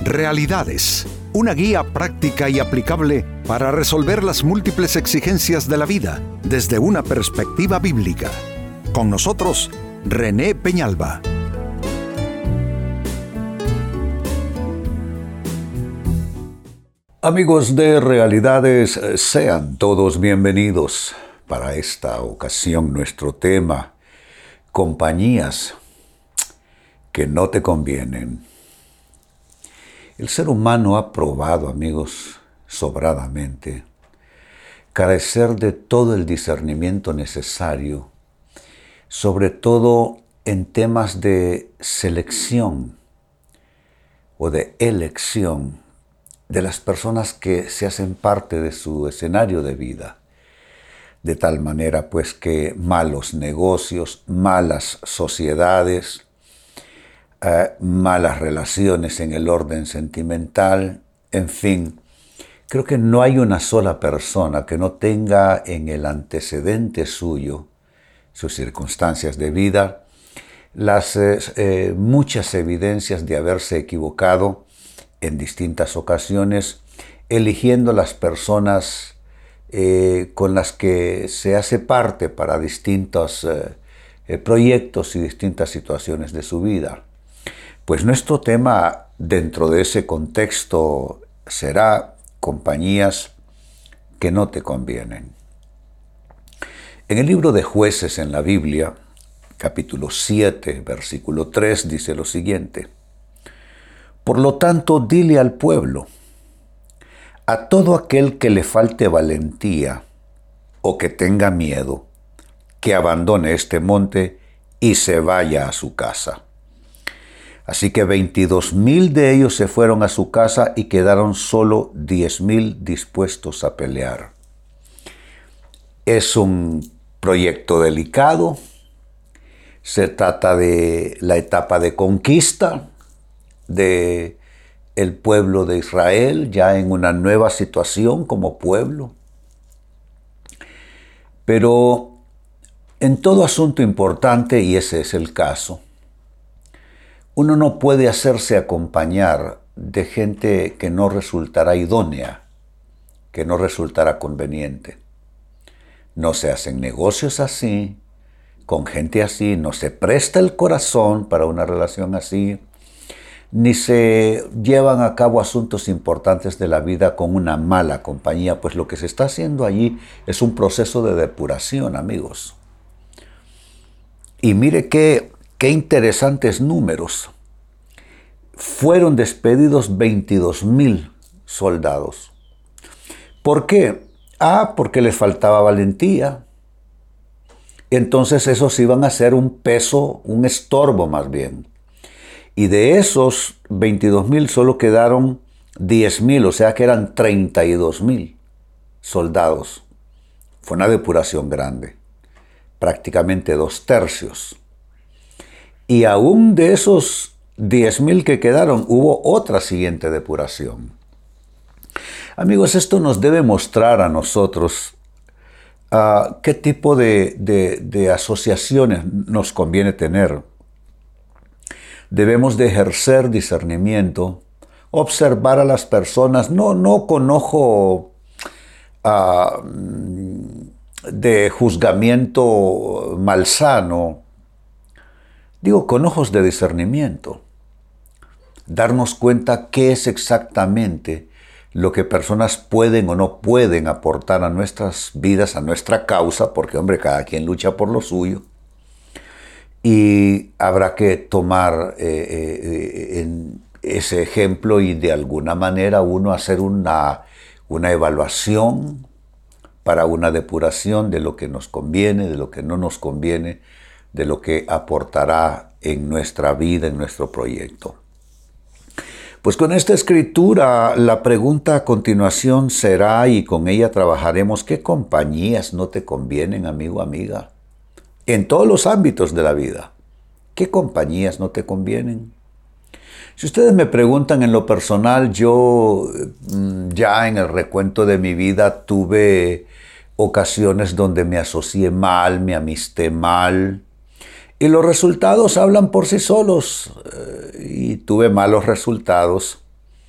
Realidades, una guía práctica y aplicable para resolver las múltiples exigencias de la vida desde una perspectiva bíblica. Con nosotros, René Peñalba. Amigos de Realidades, sean todos bienvenidos. Para esta ocasión, nuestro tema, compañías que no te convienen. El ser humano ha probado, amigos, sobradamente, carecer de todo el discernimiento necesario, sobre todo en temas de selección o de elección de las personas que se hacen parte de su escenario de vida. De tal manera, pues, que malos negocios, malas sociedades, malas relaciones en el orden sentimental, en fin, creo que no hay una sola persona que no tenga en el antecedente suyo, sus circunstancias de vida, las muchas evidencias de haberse equivocado en distintas ocasiones, eligiendo las personas con las que se hace parte para distintos proyectos y distintas situaciones de su vida. Pues nuestro tema dentro de ese contexto será compañías que no te convienen. En el libro de Jueces en la Biblia, capítulo 7, versículo 3, dice lo siguiente: Por lo tanto, dile al pueblo, a todo aquel que le falte valentía o que tenga miedo, que abandone este monte y se vaya a su casa. Así que 22,000 de ellos se fueron a su casa y quedaron solo 10,000 dispuestos a pelear. Es un proyecto delicado. Se trata de la etapa de conquista de el pueblo de Israel, ya en una nueva situación como pueblo. Pero en todo asunto importante, y ese es el caso, uno no puede hacerse acompañar de gente que no resultará idónea, que no resultará conveniente. No se hacen negocios así, con gente así, no se presta el corazón para una relación así, ni se llevan a cabo asuntos importantes de la vida con una mala compañía, pues lo que se está haciendo allí es un proceso de depuración, amigos. Y mire qué interesantes números. Fueron despedidos 22,000 soldados. ¿Por qué? Porque les faltaba valentía. Entonces esos iban a ser un peso, un estorbo más bien. Y de esos 22,000 solo quedaron 10,000, o sea que eran 32,000 soldados. Fue una depuración grande, prácticamente 2/3. Y aún de esos 10,000 que quedaron, hubo otra siguiente depuración. Amigos, esto nos debe mostrar a nosotros qué tipo de asociaciones nos conviene tener. Debemos de ejercer discernimiento, observar a las personas, no con ojo de juzgamiento malsano, digo con ojos de discernimiento. Darnos cuenta qué es exactamente lo que personas pueden o no pueden aportar a nuestras vidas, a nuestra causa, porque, hombre, cada quien lucha por lo suyo. Y habrá que tomar en ese ejemplo y de alguna manera uno hacer una evaluación para una depuración de lo que nos conviene, de lo que no nos conviene, de lo que aportará en nuestra vida, en nuestro proyecto. Pues con esta escritura, la pregunta a continuación será, y con ella trabajaremos, ¿qué compañías no te convienen, amigo, amiga? En todos los ámbitos de la vida. ¿Qué compañías no te convienen? Si ustedes me preguntan en lo personal, yo ya en el recuento de mi vida tuve ocasiones donde me asocié mal, me amisté mal, y los resultados hablan por sí solos. Y tuve malos resultados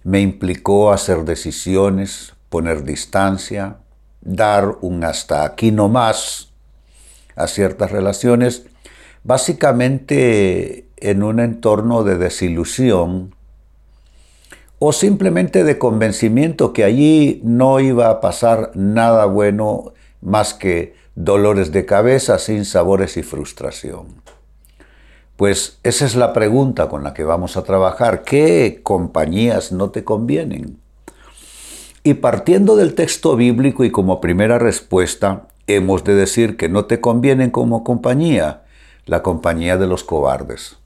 me implicó hacer decisiones, poner distancia, dar un hasta aquí no más a ciertas relaciones, básicamente en un entorno de desilusión o simplemente de convencimiento que allí no iba a pasar nada bueno más que dolores de cabeza, sinsabores y frustración. Pues esa es la pregunta con la que vamos a trabajar. ¿Qué compañías no te convienen? Y partiendo del texto bíblico y como primera respuesta, hemos de decir que no te convienen como compañía, la compañía de los cobardes.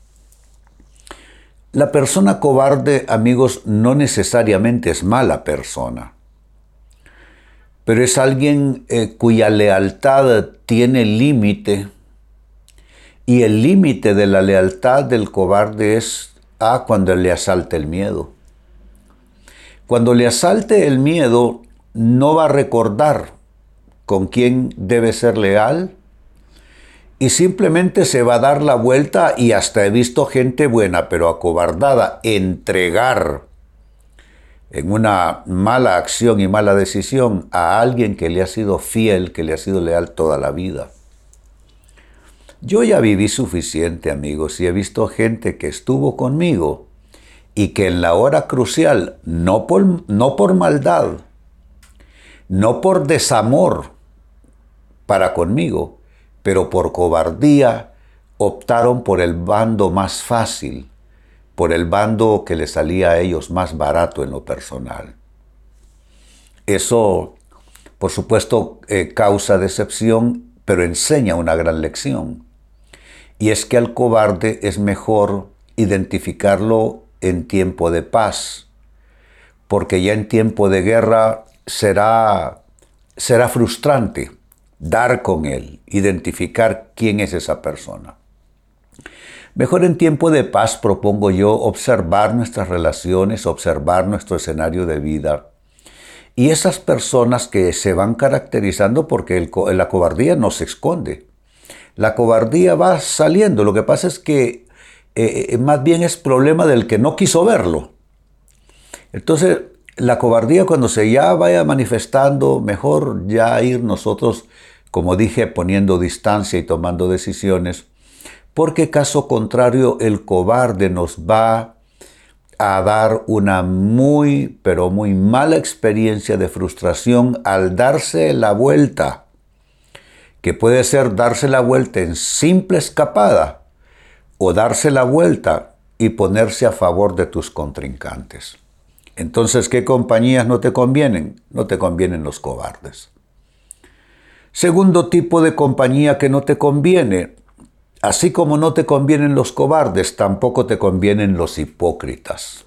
La persona cobarde, amigos, no necesariamente es mala persona, pero es alguien cuya lealtad tiene límite, y el límite de la lealtad del cobarde es cuando le asalta el miedo. Cuando le asalte el miedo, no va a recordar con quién debe ser leal y simplemente se va a dar la vuelta, y hasta he visto gente buena pero acobardada entregar en una mala acción y mala decisión a alguien que le ha sido fiel, que le ha sido leal toda la vida. Yo ya viví suficiente, amigos, y he visto gente que estuvo conmigo y que en la hora crucial, no por maldad, no por desamor para conmigo, pero por cobardía, optaron por el bando más fácil, por el bando que les salía a ellos más barato en lo personal. Eso, por supuesto, causa decepción, pero enseña una gran lección. Y es que al cobarde es mejor identificarlo en tiempo de paz, porque ya en tiempo de guerra será frustrante dar con él, identificar quién es esa persona. Mejor en tiempo de paz, propongo yo, observar nuestras relaciones, observar nuestro escenario de vida. Y esas personas que se van caracterizando, porque la cobardía no se esconde. La cobardía va saliendo. Lo que pasa es que más bien es problema del que no quiso verlo. Entonces, la cobardía, cuando se ya vaya manifestando, mejor ya ir nosotros, como dije, poniendo distancia y tomando decisiones, porque caso contrario el cobarde nos va a dar una muy, pero muy mala experiencia de frustración al darse la vuelta, que puede ser darse la vuelta en simple escapada o darse la vuelta y ponerse a favor de tus contrincantes. Entonces, ¿qué compañías no te convienen? No te convienen los cobardes. Segundo tipo de compañía que no te conviene: así como no te convienen los cobardes, tampoco te convienen los hipócritas.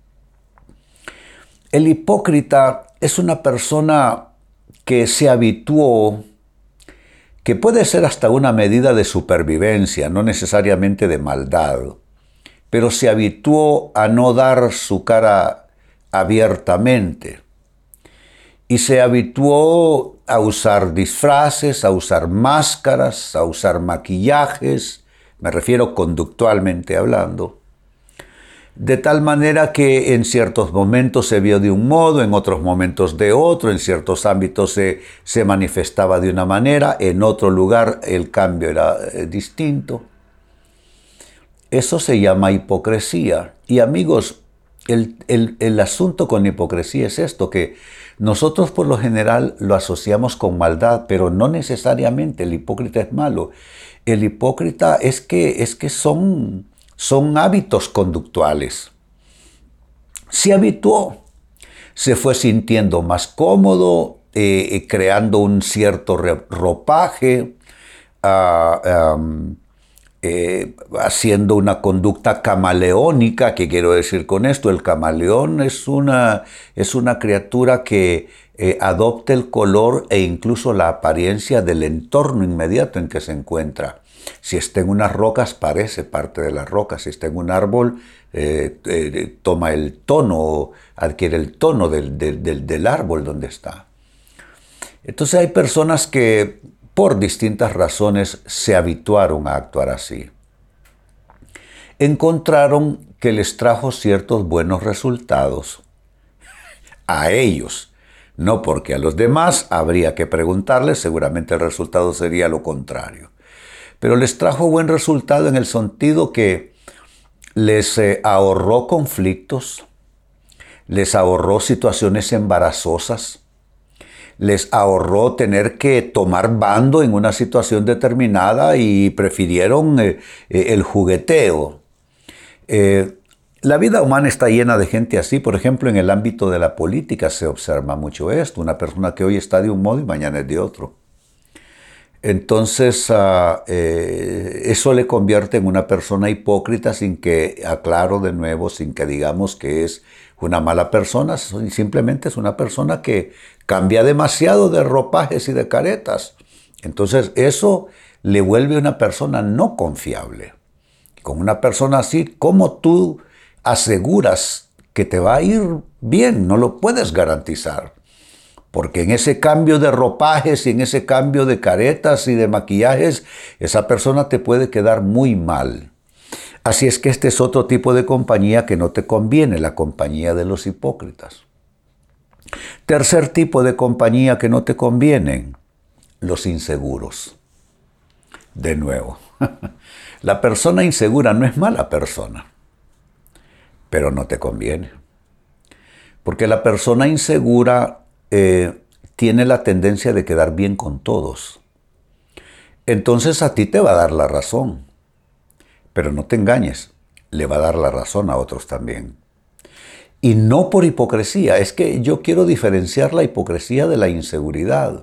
El hipócrita es una persona que se habituó, que puede ser hasta una medida de supervivencia, no necesariamente de maldad, pero se habituó a no dar su cara abiertamente. Y se habituó a usar disfraces, a usar máscaras, a usar maquillajes, me refiero conductualmente hablando, de tal manera que en ciertos momentos se vio de un modo, en otros momentos de otro, en ciertos ámbitos se manifestaba de una manera, en otro lugar el cambio era distinto. Eso se llama hipocresía. Y amigos, el asunto con la hipocresía es esto, que nosotros por lo general lo asociamos con maldad, pero no necesariamente el hipócrita es malo. El hipócrita es que son hábitos conductuales. Se habituó, se fue sintiendo más cómodo, creando un cierto ropaje, haciendo una conducta camaleónica. ¿Qué quiero decir con esto? El camaleón es una criatura que adopta el color e incluso la apariencia del entorno inmediato en que se encuentra. Si está en unas rocas, parece parte de las rocas. Si está en un árbol, toma el tono, adquiere el tono del árbol donde está. Entonces hay personas que por distintas razones se habituaron a actuar así. Encontraron que les trajo ciertos buenos resultados a ellos. No porque a los demás habría que preguntarles, seguramente el resultado sería lo contrario. Pero les trajo buen resultado en el sentido que les ahorró conflictos, les ahorró situaciones embarazosas, les ahorró tener que tomar bando en una situación determinada y prefirieron el jugueteo. La vida humana está llena de gente así. Por ejemplo, en el ámbito de la política se observa mucho esto. Una persona que hoy está de un modo y mañana es de otro. Entonces, eso le convierte en una persona hipócrita sin que, aclaro de nuevo, sin que digamos que es una mala persona. Simplemente es una persona que cambia demasiado de ropajes y de caretas. Entonces, eso le vuelve una persona no confiable. Con una persona así, ¿cómo tú aseguras que te va a ir bien? No lo puedes garantizar. Porque en ese cambio de ropajes y en ese cambio de caretas y de maquillajes, esa persona te puede quedar muy mal. Así es que este es otro tipo de compañía que no te conviene, la compañía de los hipócritas. Tercer tipo de compañía que no te conviene, los inseguros. De nuevo, la persona insegura no es mala persona, pero no te conviene. Porque la persona insegura tiene la tendencia de quedar bien con todos. Entonces a ti te va a dar la razón. Pero no te engañes, le va a dar la razón a otros también. Y no por hipocresía, es que yo quiero diferenciar la hipocresía de la inseguridad.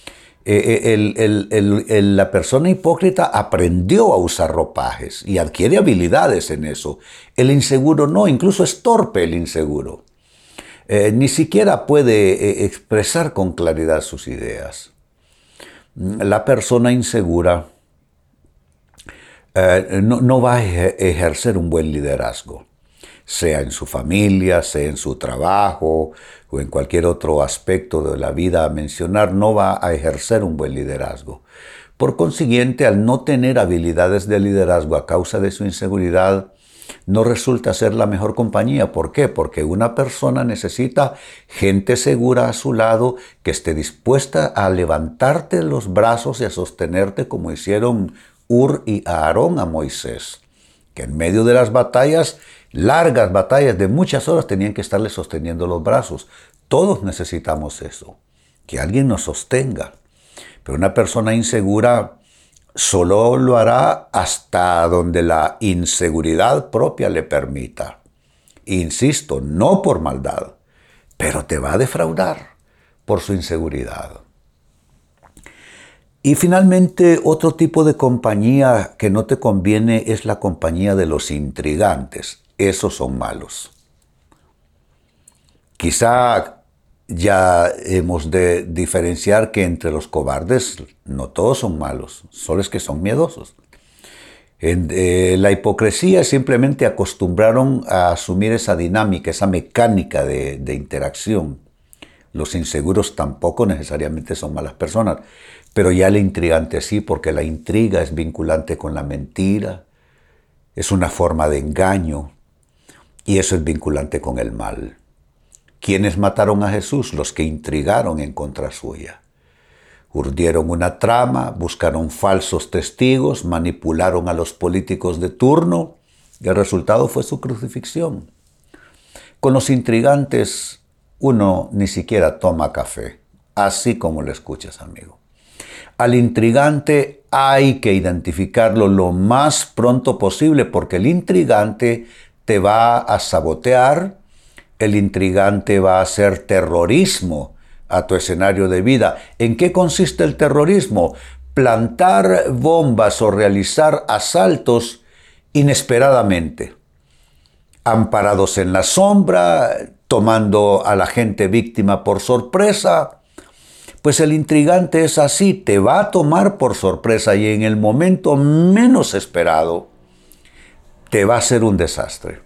La persona hipócrita aprendió a usar ropajes y adquiere habilidades en eso. El inseguro no, incluso es torpe el inseguro. Ni siquiera puede expresar con claridad sus ideas. La persona insegura no va a ejercer un buen liderazgo, sea en su familia, sea en su trabajo o en cualquier otro aspecto de la vida a mencionar, no va a ejercer un buen liderazgo. Por consiguiente, al no tener habilidades de liderazgo a causa de su inseguridad, no resulta ser la mejor compañía. ¿Por qué? Porque una persona necesita gente segura a su lado que esté dispuesta a levantarte los brazos y a sostenerte como hicieron Ur y Aarón a Moisés, que en medio de las batallas, largas batallas de muchas horas, tenían que estarle sosteniendo los brazos. Todos necesitamos eso, que alguien nos sostenga. Pero una persona insegura solo lo hará hasta donde la inseguridad propia le permita. Insisto, no por maldad, pero te va a defraudar por su inseguridad. Y finalmente, otro tipo de compañía que no te conviene es la compañía de los intrigantes. Esos son malos. Quizá ya hemos de diferenciar que entre los cobardes no todos son malos, solo es que son miedosos. La hipocresía simplemente acostumbraron a asumir esa dinámica, esa mecánica de interacción. Los inseguros tampoco necesariamente son malas personas, pero ya el intrigante sí, porque la intriga es vinculante con la mentira, es una forma de engaño y eso es vinculante con el mal. ¿Quiénes mataron a Jesús? Los que intrigaron en contra suya. Urdieron una trama, buscaron falsos testigos, manipularon a los políticos de turno y el resultado fue su crucifixión. Con los intrigantes uno ni siquiera toma café, así como lo escuchas, amigo. Al intrigante hay que identificarlo lo más pronto posible porque el intrigante te va a sabotear, el intrigante va a hacer terrorismo a tu escenario de vida. ¿En qué consiste el terrorismo? Plantar bombas o realizar asaltos inesperadamente, amparados en la sombra, tomando a la gente víctima por sorpresa. Pues el intrigante es así, te va a tomar por sorpresa y en el momento menos esperado te va a hacer un desastre.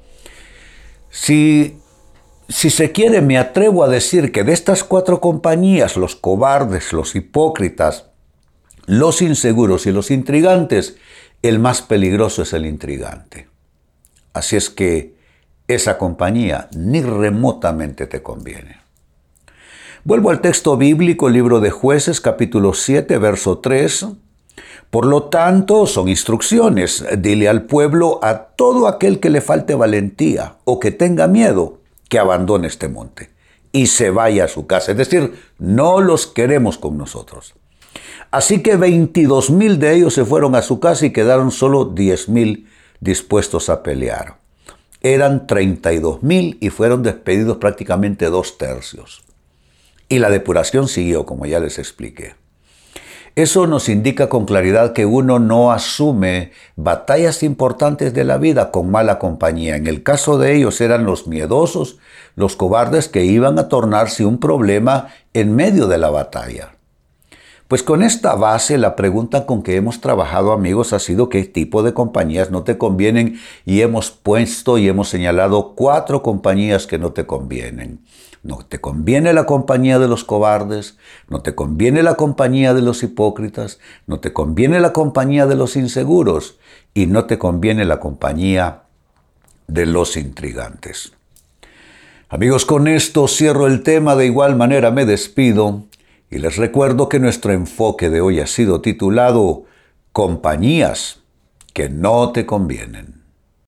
Si se quiere, me atrevo a decir que de estas cuatro compañías, los cobardes, los hipócritas, los inseguros y los intrigantes, el más peligroso es el intrigante. Así es que esa compañía ni remotamente te conviene. Vuelvo al texto bíblico, libro de Jueces, capítulo 7, verso 3. Por lo tanto, son instrucciones. Dile al pueblo, a todo aquel que le falte valentía o que tenga miedo, que abandone este monte y se vaya a su casa. Es decir, no los queremos con nosotros. Así que 22,000 de ellos se fueron a su casa y quedaron solo 10,000 dispuestos a pelear. Eran 32,000 y fueron despedidos prácticamente 2/3. Y la depuración siguió, como ya les expliqué. Eso nos indica con claridad que uno no asume batallas importantes de la vida con mala compañía. En el caso de ellos eran los miedosos, los cobardes que iban a tornarse un problema en medio de la batalla. Pues con esta base, la pregunta con que hemos trabajado, amigos, ha sido qué tipo de compañías no te convienen, y hemos puesto y hemos señalado 4 compañías que no te convienen. No te conviene la compañía de los cobardes, no te conviene la compañía de los hipócritas, no te conviene la compañía de los inseguros y no te conviene la compañía de los intrigantes. Amigos, con esto cierro el tema, de igual manera me despido y les recuerdo que nuestro enfoque de hoy ha sido titulado Compañías que no te convienen.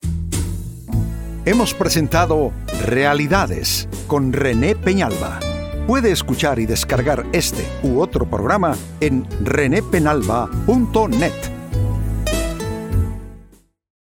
Hemos presentado Realidades con René Peñalba. Puede escuchar y descargar este u otro programa en renépenalba.net.